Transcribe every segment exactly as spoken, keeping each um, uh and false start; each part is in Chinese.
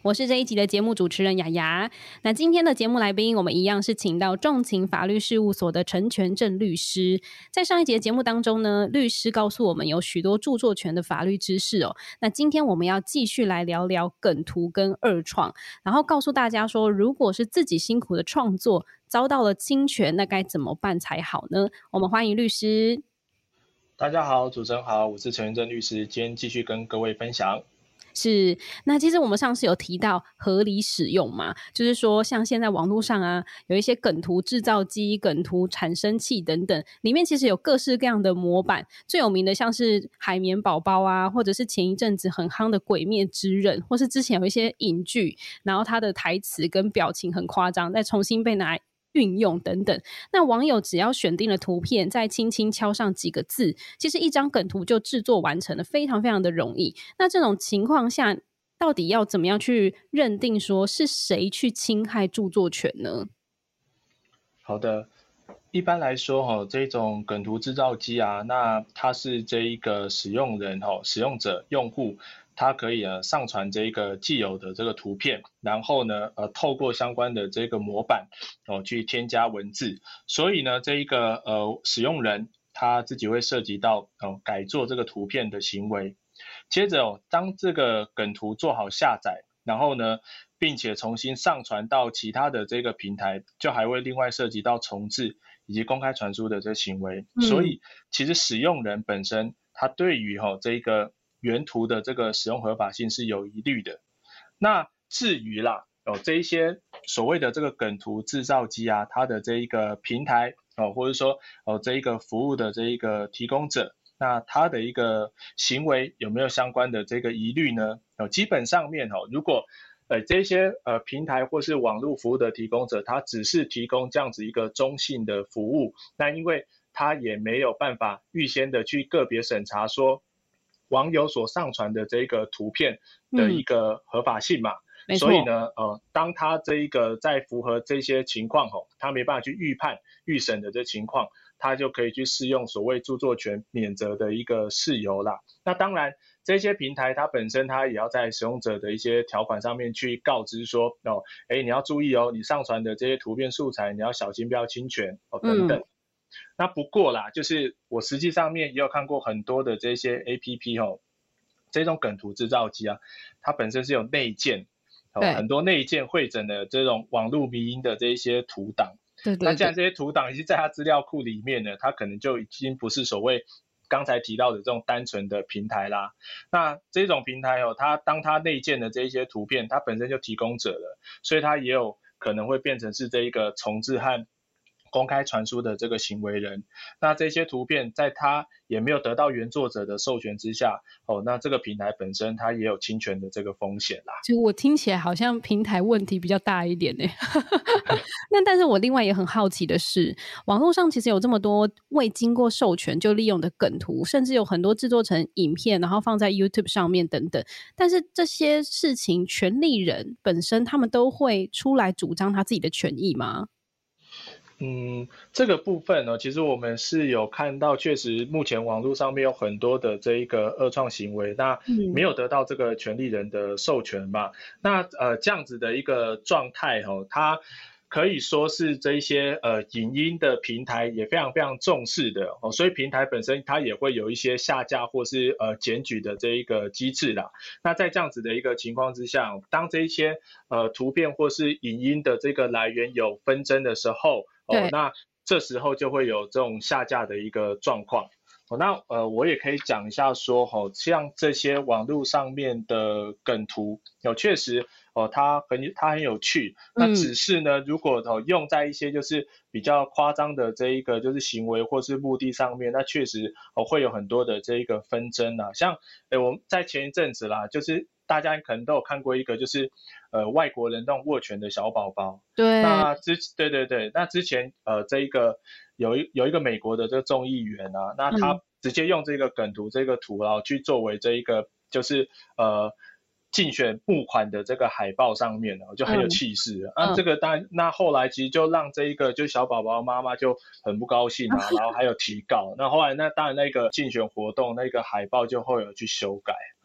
我是这一集的节目主持人雅雅。那今天的节目来宾，我们一样是请到众勤法律事务所的陈全正律师。在上一集的节目当中呢，律师告诉我们有许多著作权的法律知识哦。那今天我们要继续来聊聊梗图跟二创，然后告诉大家说，如果是自己辛苦的创作遭到了侵权，那该怎么办才好呢？我们欢迎律师。 大家好，主持人好，我是陈全正律师，今天继续跟各位分享。 是，那其实我们上次有提到合理使用嘛，就是说像现在网络上啊，有一些梗图制造机、梗图产生器等等，里面其实有各式各样的模板，最有名的像是海绵宝宝啊，或者是前一阵子很夯的鬼灭之刃，或是之前有一些影剧，然后它的台词跟表情很夸张，再重新被拿来运用等等。那网友只要选定了图片，再轻轻敲上几个字，其实一张梗图就制作完成了，非常非常的容易。那这种情况下，到底要怎么样去认定说是谁去侵害著作权呢？ 好的，一般来说哈，这种梗图制造机啊，那它是这一个使用人哈，使用者用户。它可以呃上传这个既有的这个图片，然后呢呃透过相关的这个模板哦去添加文字，所以呢这一个呃使用人他自己会涉及到哦改做这个图片的行为。接着哦当这个梗图做好下载，然后呢并且重新上传到其他的这个平台，就还会另外涉及到重制以及公开传输的这个行为。嗯、所以其实使用人本身他对于哈、哦、这个原图的这个使用合法性是有疑虑的。那至于啦，哦，这一些所谓的这个梗图制造机啊，它的这一个平台哦，或者说哦这一个服务的这一个提供者，那它的一个行为有没有相关的这个疑虑呢？哦，基本上面哦，如果呃这些呃平台或是网络服务的提供者，它只是提供这样子一个中性的服务，那因为它也没有办法预先的去个别审查说网友所上传的这个图片的一个合法性嘛，嗯、所以呢，呃，当他这一个在符合这些情况吼，他没办法去预判预审的这情况，他就可以去适用所谓著作权免责的一个事由啦。那当然，这些平台它本身它也要在使用者的一些条款上面去告知说，哦，哎，你要注意哦，你上传的这些图片素材，你要小心不要侵权哦，等等。嗯那不过啦，就是我实际上面也有看过很多的这些 A P P 哦，这种梗图制造机啊，它本身是有内建，哦、很多内建汇整的这种网络迷因的这一些图档。对对对，那既然这些图档已经在它资料库里面呢，它可能就已经不是所谓刚才提到的这种单纯的平台啦。那这种平台哦，它当它内建的这一些图片，它本身就提供者了，所以它也有可能会变成是这一个重制和公开传输的这个行为人。那这些图片在他也没有得到原作者的授权之下，哦，那这个平台本身它也有侵权的这个风险啦。 其实我听起来好像平台问题比较大一点呢。那但是我另外也很好奇的是，网络上其实有这么多未经过授权就利用的梗图，甚至有很多制作成影片然后放在 YouTube 上面等等，但是这些事情权利人本身他们都会出来主张他自己的权益吗？ 嗯，这个部分呢，其实我们是有看到，确实目前网络上面有很多的这一个恶创行为，那没有得到这个权利人的授权嘛，嗯、那呃这样子的一个状态哈、哦，它可以说是这一些呃影音的平台也非常非常重视的哦，所以平台本身它也会有一些下架或是呃检举的这一个机制啦。那在这样子的一个情况之下，当这一些呃图片或是影音的这个来源有纷争的时候，哦，那这时候就会有这种下架的一个状况。哦，那呃，我也可以讲一下说，哦，像这些网络上面的梗图，有、哦、确实，哦，它很它很有趣。那只是呢，如果哦用在一些就是比较夸张的这一个就是行为或是目的上面，那确实哦会有很多的这一个纷争啊。像，诶，我们在前一阵子啦，就是大家可能都有看过一个就是呃外国人那种握拳的小宝宝。对。那之对对对，那之前呃这一个有一有一个美国的这个众议员啊，那他直接用这个梗图这个图啊去作为这一个就是呃竞选募款的这个海报上面呢，就很有气势。嗯、那这个当然，那后来其实就让这一个就小宝宝妈妈就很不高兴啊，然后还有提告。那后来那当然那个竞选活动那个海报就会有去修改。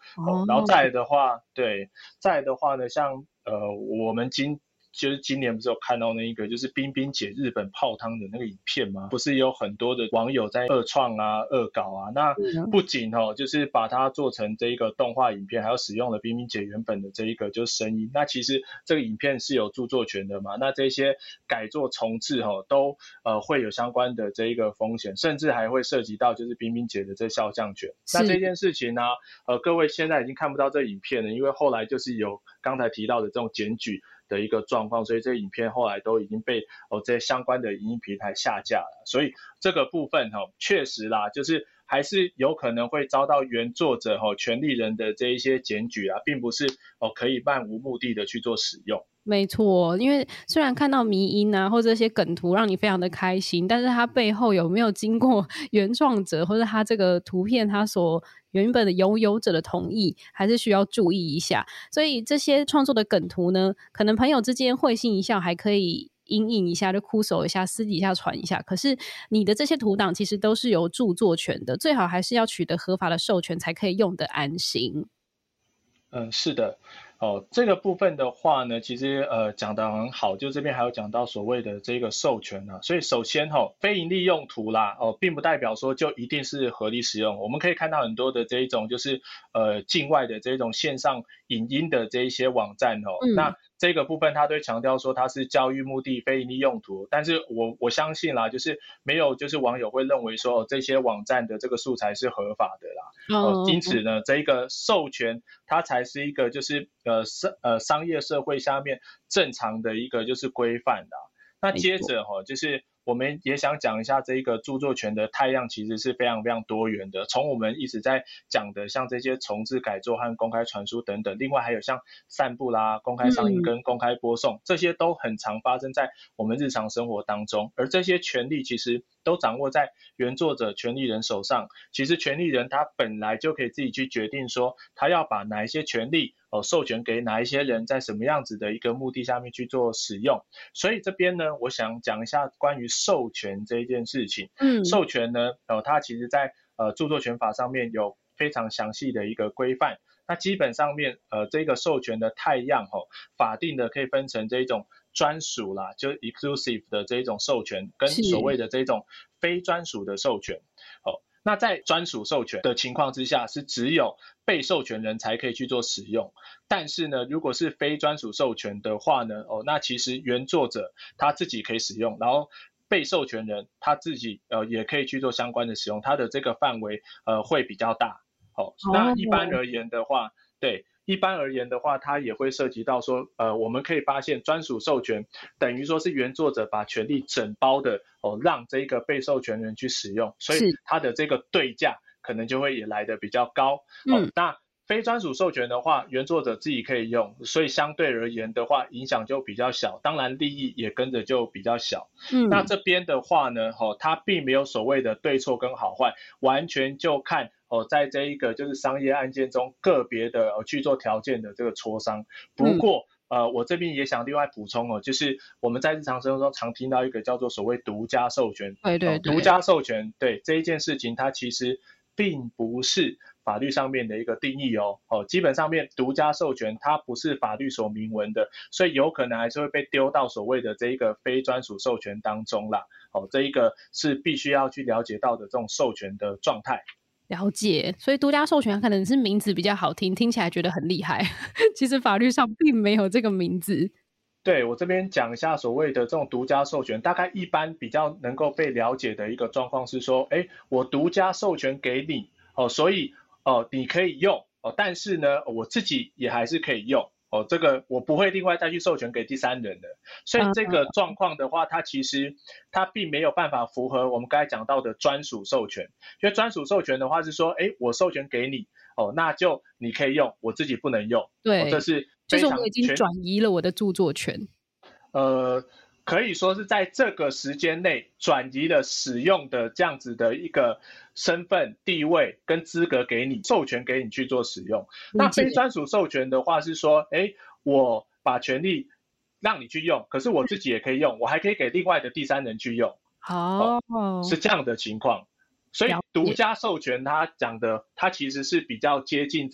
哦，然后再来的话，对，再来的话呢，像呃我们今就是今年不是有看到那一个就是冰冰姐日本泡汤的那个影片吗？不是有很多的网友在恶创啊、恶搞啊。那不仅哦，就是把它做成这一个动画影片，还有使用了冰冰姐原本的这一个就是声音。那其实这个影片是有著作权的嘛？那这些改作重制哦，都呃会有相关的这一个风险，甚至还会涉及到就是冰冰姐的这肖像权。那这件事情呢、啊，呃，各位现在已经看不到这影片了，因为后来就是有刚才提到的这种检举的一个状况，所以这影片后来都已经被哦这些相关的影音平台下架了。所以这个部分哈、哦，确实啦，就是还是有可能会遭到原作者哈、哦、权利人的这一些检举啊，并不是哦可以漫无目的的去做使用。 没错，因为虽然看到迷因啊或这些梗图让你非常的开心，但是它背后有没有经过原创者或者他这个图片他所原本的拥有者的同意，还是需要注意一下。所以这些创作的梗图呢，可能朋友之间会心一笑还可以阴影一下，就哭手一下，私底下传一下。可是你的这些图档其实都是有著作权的，最好还是要取得合法的授权才可以用得安心。 嗯，是的。哦，这个部分的话呢，其实呃讲得很好，就这边还有讲到所谓的这个授权啊，所以首先哈、哦，非盈利用途啦，哦，并不代表说就一定是合理使用。我们可以看到很多的这一种就是呃境外的这种线上影音的这一些网站哦，嗯、那这个部分他都强调说它是教育目的、非盈利用途，但是我我相信啦，就是没有就是网友会认为说、哦、这些网站的这个素材是合法的啦，哦，因此呢，这一个授权它才是一个就是呃商呃商业社会下面正常的一个就是规范的、啊。那接着哈、哦，就是我们也想讲一下这一个著作权的太阳其实是非常非常多元的，从我们一直在讲的像这些重制改作和公开传输等等，另外还有像散布啦、公开上映跟公开播送、嗯、这些都很常发生在我们日常生活当中，而这些权利其实都掌握在原作者权利人手上。其实权利人他本来就可以自己去决定说他要把哪一些权利哦授权给哪一些人，在什么样子的一个目的下面去做使用。所以这边呢，我想讲一下关于授权这一件事情。嗯，授权呢，呃，它其实在呃著作权法上面有非常详细的一个规范。那基本上面，呃，这个授权的太样哦，法定的可以分成这一种专属啦，就 exclusive 的这一种授权，跟所谓的这种非专属的授权。哦，那在专属授权的情况之下，是只有被授权人才可以去做使用。但是呢，如果是非专属授权的话呢，哦，那其实原作者他自己可以使用，然后被授权人他自己呃也可以去做相关的使用，他的这个范围呃会比较大。哦，那一般而言的话，对，一般而言的话，它也会涉及到说，呃，我们可以发现专属授权等于说是原作者把权利整包的哦，让这个被授权人去使用，所以它的这个对价可能就会也来得比较高。哦，嗯，那非专属授权的话，原作者自己可以用，所以相对而言的话，影响就比较小，当然利益也跟着就比较小。嗯，那这边的话呢，哦，它并没有所谓的对错跟好坏，完全就看哦，在这一个就是商业案件中个别的、呃、去做条件的这个磋商。不过，嗯、呃，我这边也想另外补充哦，就是我们在日常生活中常听到一个叫做所谓独家授权。对对对，哦，独家授权，对这一件事情，它其实并不是法律上面的一个定义哦。哦，基本上面独家授权它不是法律所明文的，所以有可能还是会被丢到所谓的这一个非专属授权当中啦。哦，这一个是必须要去了解到的这种授权的状态。 了解，所以独家授权可能是名字比较好听，听起来觉得很厉害，其实法律上并没有这个名字。 对，我这边讲一下所谓的这种独家授权，大概一般比较能够被了解的一个状况是说，哎，我独家授权给你哦，所以哦，呃，你可以用哦，但是呢，我自己也还是可以用。哦，这个我不会另外再去授权给第三人的，所以这个状况的话，它其实它并没有办法符合我们刚才讲到的专属授权。因为专属授权的话是说，哎，我授权给你，哦，那就你可以用，我自己不能用。 对， 哦，这是非常就是我已经转移了我的著作权。 呃，可以说是在这个时间内转移了使用的这样子的一个身份地位跟资格给你，授权给你去做使用。那非专属授权的话是说，哎，我把权利让你去用，可是我自己也可以用，我还可以给另外的第三人去用。 哦， 哦，是这样的情况。所以独家授权它讲的，它其实是比较接近在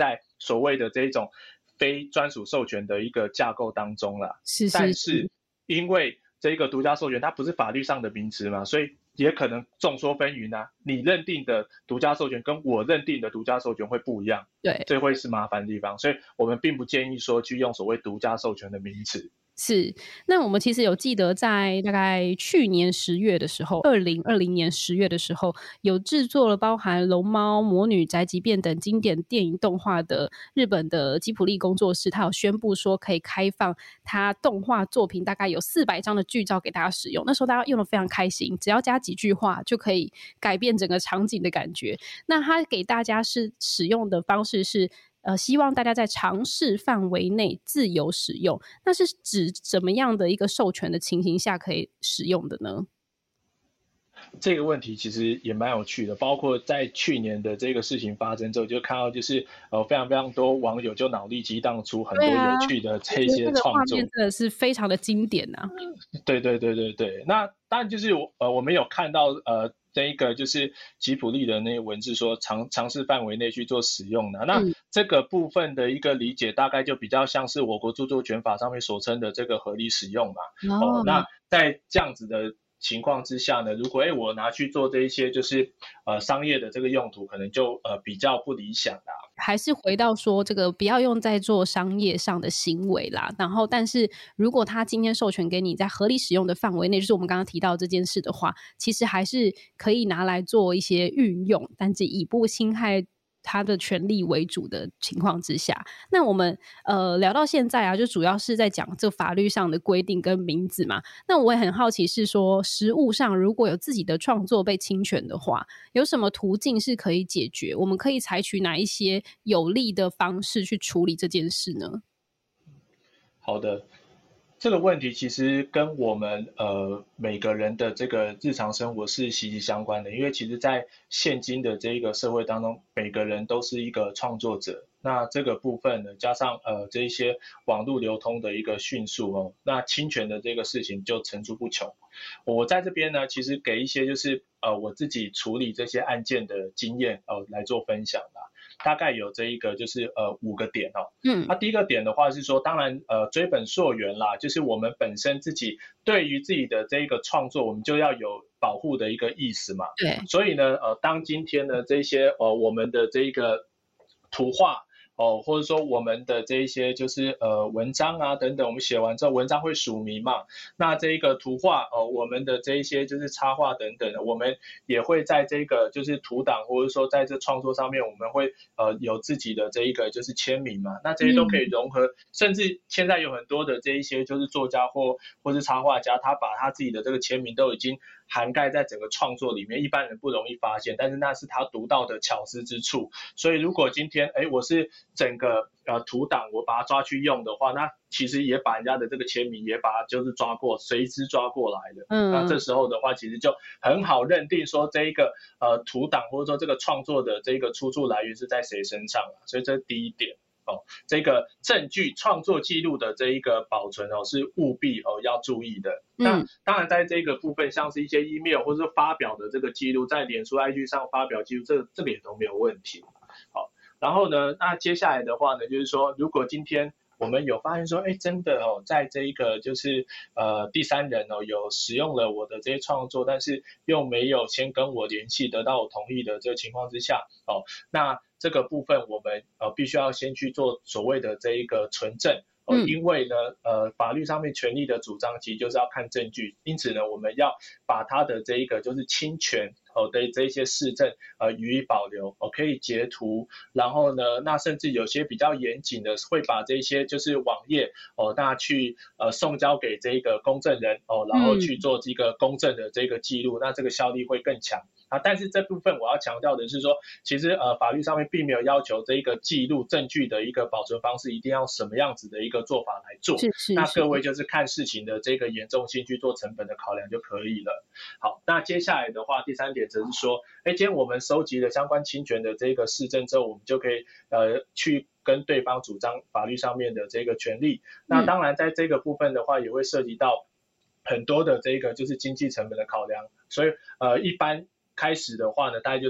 所谓的这种非专属授权的一个架构当中啦。 是是是。 但是因为这个独家授权它不是法律上的名词嘛，所以也可能众说纷纭啊。你认定的独家授权跟我认定的独家授权会不一样， 对， 这会是麻烦的地方，所以我们并不建议说去用所谓独家授权的名词。 是，那我们其实有记得在大概去年十月的时候，二零二零年十月的时候，有制作了包含龙猫、魔女宅急便等经典电影动画的日本的吉卜力工作室，他有宣布说可以开放他动画作品大概有四百张的剧照给大家使用。那时候大家用得非常开心，只要加几句话就可以改变整个场景的感觉。那他给大家是使用的方式是呃，希望大家在尝试范围内自由使用，那是指怎么样的一个授权的情形下可以使用的呢？ 这个问题其实也蛮有趣的，包括在去年的这个事情发生之后，就看到就是呃非常非常多网友就脑力激荡出很多有趣的这些创作， 这个画面真的是非常的经典啊！ 对对对对对，那当然就是呃我们有看到呃。这一个就是吉卜力的那个文字说尝尝试范围内去做使用的，那这个部分的一个理解大概就比较像是我国著作权法上面所称的这个合理使用嘛。哦，哦那在这样子的情况之下呢，如果哎我拿去做这一些就是呃商业的这个用途，可能就呃比较不理想啦。 还是回到说这个不要用在做商业上的行为啦，然后但是如果他今天授权给你在合理使用的范围内，就是我们刚刚提到这件事的话，其实还是可以拿来做一些运用，但是以不侵害他的权利为主的情况之下。那我们呃聊到现在啊，就主要是在讲这法律上的规定跟名字嘛。那我也很好奇是说，实务上如果有自己的创作被侵权的话，有什么途径是可以解决？我们可以采取哪一些有利的方式去处理这件事呢？ 好的。这个问题其实跟我们呃每个人的这个日常生活是息息相关的，因为其实在现今的这个社会当中，每个人都是一个创作者。那这个部分呢，加上呃这一些网络流通的一个迅速哦，那侵权的这个事情就层出不穷。我在这边呢，其实给一些就是呃我自己处理这些案件的经验呃来做分享啦。大概有这一个就是呃五个点哦。嗯，那第一个点的话是说，当然呃追本溯源啦，就是我们本身自己对于自己的这一个创作，我们就要有保护的一个意识嘛。对，所以呢呃当今天呢这些呃我们的这一个图画。哦，或者说我们的这一些就是呃文章啊等等，我们写完之后文章会署名嘛，那这一个图画哦，我们的这一些就是插画等等的，我们也会在这个就是图档或者说在这创作上面，我们会呃有自己的这一个就是签名嘛，那这些都可以融合，嗯、甚至现在有很多的这一些就是作家或或是插画家，他把他自己的这个签名都已经涵盖在整个创作里面，一般人不容易发现，但是那是他独到的巧思之处。所以如果今天哎我是整个呃图档我把它抓去用的话，那其实也把人家的这个签名也把它就是抓过随之抓过来的。嗯，那这时候的话其实就很好认定说这一个呃图档或者说这个创作的这个出处来源是在谁身上了。所以这是第一点。哦，这个证据创作记录的这一个保存哦，是务必哦要注意的。那当然，在这个部分，像是一些 email 或者是发表的这个记录，在脸书 I G 上发表记录，这这个也都没有问题。好，然后呢，那接下来的话呢，就是说，如果今天我们有发现说，哎，真的哦，在这一个就是呃第三人哦有使用了我的这些创作，但是又没有先跟我联系，得到我同意的这个情况之下，哦，那这个部分我们呃必须要先去做所谓的这一个存证。哦，因为呢，呃，法律上面权利的主张其实就是要看证据，因此呢，我们要把它的这一个就是侵权哦的这一些事证呃予以保留，哦，可以截图，然后呢，那甚至有些比较严谨的会把这些就是网页哦，那去呃送交给这个公证人哦，然后去做这个公证的这个记录，嗯、那这个效力会更强。啊，但是这部分我要强调的是说，其实呃法律上面并没有要求这一个记录证据的一个保存方式一定要什么样子的一个做法来做，是是那各位就是看事情的这个严重性去做成本的考量就可以了。好，那接下来的话，第三点则是说，哎，今天我们收集了相关侵权的这个事证之后，我们就可以呃去跟对方主张法律上面的这个权利。那当然在这个部分的话，也会涉及到很多的这个就是经济成本的考量，所以呃一般。开始的话呢，大概就是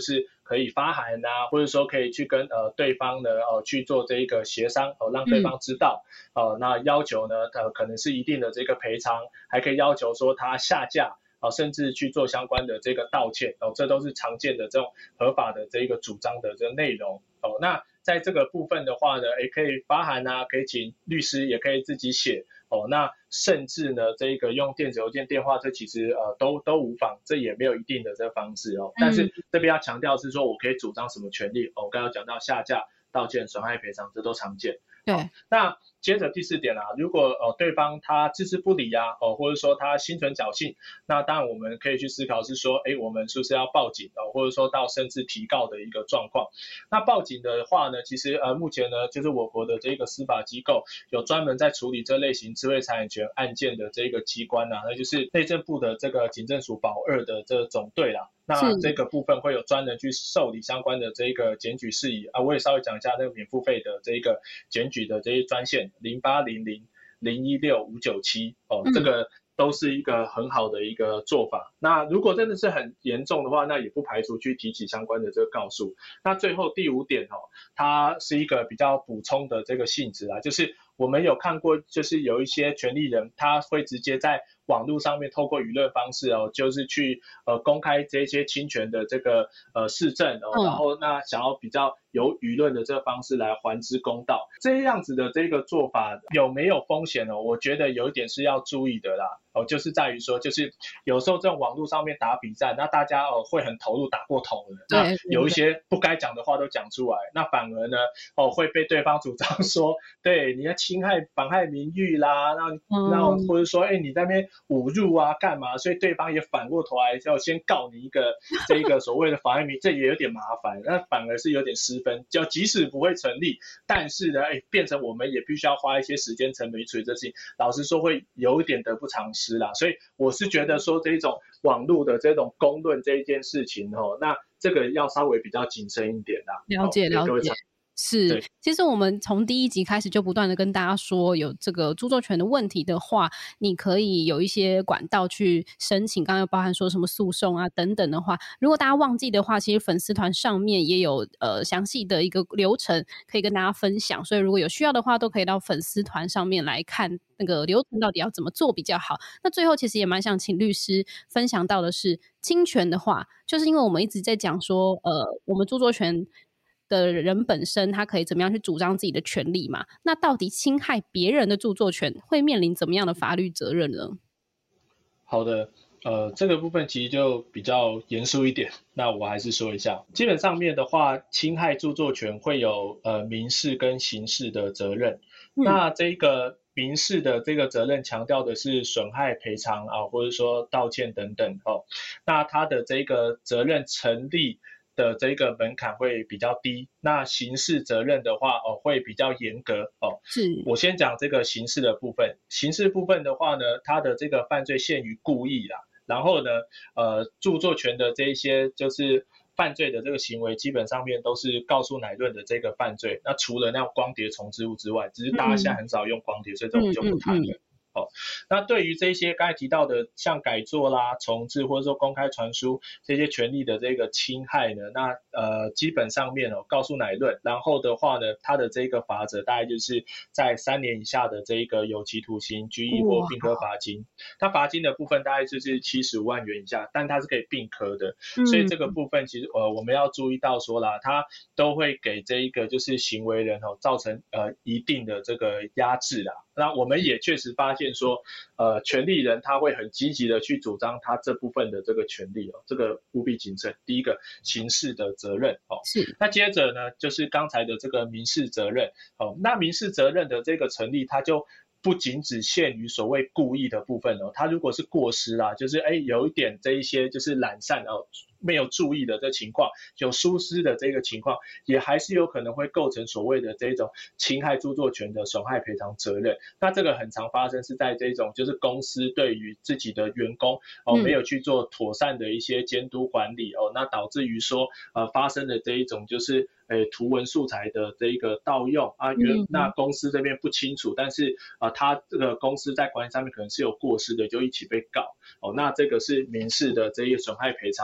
可以发函啊，或者说可以去跟呃对方呢呃去做这一个协商，哦、呃、让对方知道，嗯、呃那要求呢呃可能是一定的这个赔偿，还可以要求说他下架。啊，甚至去做相关的这个道歉哦，这都是常见的这种合法的这个主张的这个内容哦。那在这个部分的话呢，也可以发函啊，可以请律师，也可以自己写哦。那甚至呢，这个用电子邮件、电话，这其实呃都都无妨，这也没有一定的这个方式哦。但是这边要强调是说我可以主张什么权利哦，我刚刚讲到下架、道歉、损害赔偿，这都常见。 对， 那接着第四点啊，如果呃对方他置之不理啊，哦或者说他心存侥幸，那当然我们可以去思考是说，哎，我们是不是要报警哦，或者说到甚至提告的一个状况。那报警的话呢，其实呃目前呢，就是我国的这个司法机构有专门在处理这类型智慧财产权案件的这个机关啊，那就是内政部的这个警政署保二的这个总队啦。那这个部分会有专人去受理相关的这个检举事宜啊，我也稍微讲一下那个免付费的这个检举的这些专线零八零零零一六五九七哦，这个都是一个很好的一个做法。那如果真的是很严重的话，那也不排除去提起相关的这个告诉。那最后第五点哦，它是一个比较补充的这个性质啦，就是我们有看过，就是有一些权利人他会直接在网络上面透过舆论方式哦，就是去呃公开这些侵权的这个呃事证哦，然后那想要比较由舆论的这个方式来还之公道，这样子的这个做法有没有风险呢？我觉得有一点是要注意的啦。哦，就是在于说，就是有时候这种网络上面打比战，那大家哦会很投入，打过头了，那有一些不该讲的话都讲出来，那反而呢哦会被对方主张说，对你要侵害妨害名誉啦，那那或者说哎你在那边侮辱啊干嘛，所以对方也反过头来要先告你一个这一个所谓的妨害名誉，这也有点麻烦，那反而是有点失分，就即使不会成立，但是呢哎变成我们也必须要花一些时间成本去处理这事情，老实说会有一点得不偿失啦，所以我是觉得说这种网络的这种公论这一件事情哦，那这个要稍微比较谨慎一点啦。 了解了解。是，其实我们从第一集开始就不断的跟大家说，有这个著作权的问题的话，你可以有一些管道去申请，刚刚又包含说什么诉讼啊等等的话，如果大家忘记的话，其实粉丝团上面也有呃详细的一个流程可以跟大家分享，所以如果有需要的话，都可以到粉丝团上面来看那个流程到底要怎么做比较好。那最后其实也蛮想请律师分享到的是，侵权的话，就是因为我们一直在讲说，呃，我们著作权的人本身他可以怎么样去主张自己的权利嘛，那到底侵害别人的著作权会面临怎么样的法律责任呢？ 好的，呃，这个部分其实就比较严肃一点，那我还是说一下，基本上面的话，侵害著作权会有呃民事跟刑事的责任，嗯、那这个民事的这个责任强调的是损害赔偿啊，或者说道歉等等哦，那它的这个责任成立的这个门槛会比较低，那刑事责任的话哦会比较严格哦。 是， 我先讲这个刑事的部分，刑事部分的话呢，它的这个犯罪限于故意啦，然后呢，呃，著作权的这一些就是犯罪的这个行为，基本上面都是告诉乃论的这个犯罪。那除了那光碟重置物之外，只是大家现在很少用光碟，嗯、所以这我们就不谈了。嗯嗯嗯哦，那对于这些刚才提到的像改作啦、重置或者说公开传输这些权利的这个侵害呢，那呃基本上面哦告诉乃论，然后的话呢，它的这个罚则大概就是在三年以下的这个有期徒刑、拘役或并科罚金。它罚金的部分大概就是七十五万元以下，但它是可以并科的，所以这个部分其实呃我们要注意到说啦，它都会给这一个就是行为人哦造成呃一定的这个压制啦。那我们也确实发现说，呃，权利人他会很积极的去主张他这部分的这个权利哦，这个务必谨慎。第一个刑事的责任哦， 是。 那接着呢，就是刚才的这个民事责任哦，那民事责任的这个成立，它就不仅只限于所谓故意的部分哦，它如果是过失啦，就是哎有一点这一些就是懒散哦。没有注意的这情况，有疏失的这个情况，也还是有可能会构成所谓的这种侵害著作权的损害赔偿责任。那这个很常发生是在这种就是公司对于自己的员工哦没有去做妥善的一些监督管理哦，那导致于说呃发生的这一种就是诶图文素材的这一个盗用啊，原那公司这边不清楚，但是啊、呃、他这个公司在管理上面可能是有过失的，就一起被告哦，那这个是民事的这一个损害赔偿的。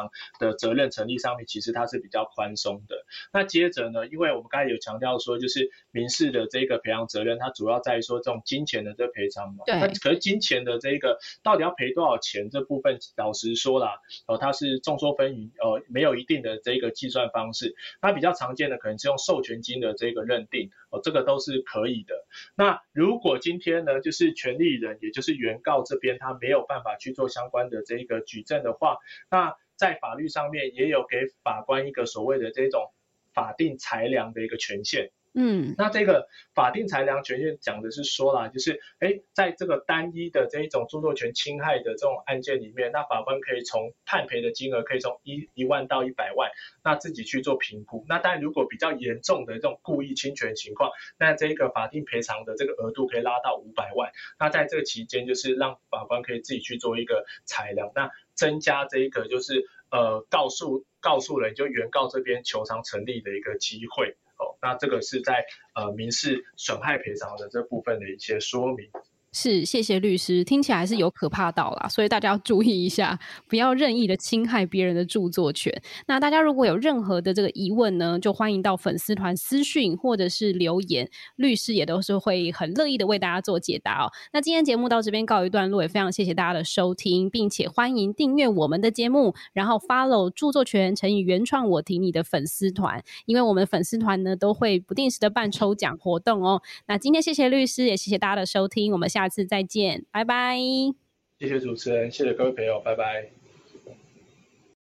的责任成立上面，其实它是比较宽松的。那接着呢，因为我们刚才有强调说，就是民事的这个赔偿责任，它主要在于说这种金钱的这个赔偿嘛。那可是金钱的这个到底要赔多少钱这部分，老实说啦，呃，它是众说纷纭，呃，没有一定的这个计算方式。那比较常见的可能是用授权金的这个认定，哦，这个都是可以的。那如果今天呢，就是权利人，也就是原告这边，他没有办法去做相关的这个举证的话，那在法律上面也有给法官一个所谓的这种法定裁量的一个权限。嗯，那这个法定裁量权限讲的是说啦，就是哎，在这个单一的这一种著作权侵害的这种案件里面，那法官可以从判赔的金额可以从一一万到一百万，那自己去做评估。那当然，如果比较严重的这种故意侵权情况，那这个法定赔偿的这个额度可以拉到五百万。那在这个期间，就是让法官可以自己去做一个裁量，那增加这一个就是呃告诉告诉人，就原告这边求偿成立的一个机会。哦，那这个是在呃民事损害赔偿的这部分的一些说明。 是，谢谢律师，听起来是有可怕到啦，所以大家要注意一下，不要任意的侵害别人的著作权。那大家如果有任何的这个疑问呢，就欢迎到粉丝团私讯或者是留言，律师也都是会很乐意的为大家做解答哦。那今天节目到这边告一段落，也非常谢谢大家的收听，并且欢迎订阅我们的节目，然后 follow 著作权乘以原创我挺你的粉丝团，因为我们粉丝团呢都会不定时的办抽奖活动哦。那今天谢谢律师，也谢谢大家的收听，我们下次再见，拜拜。 谢谢主持人，谢谢各位朋友，拜拜。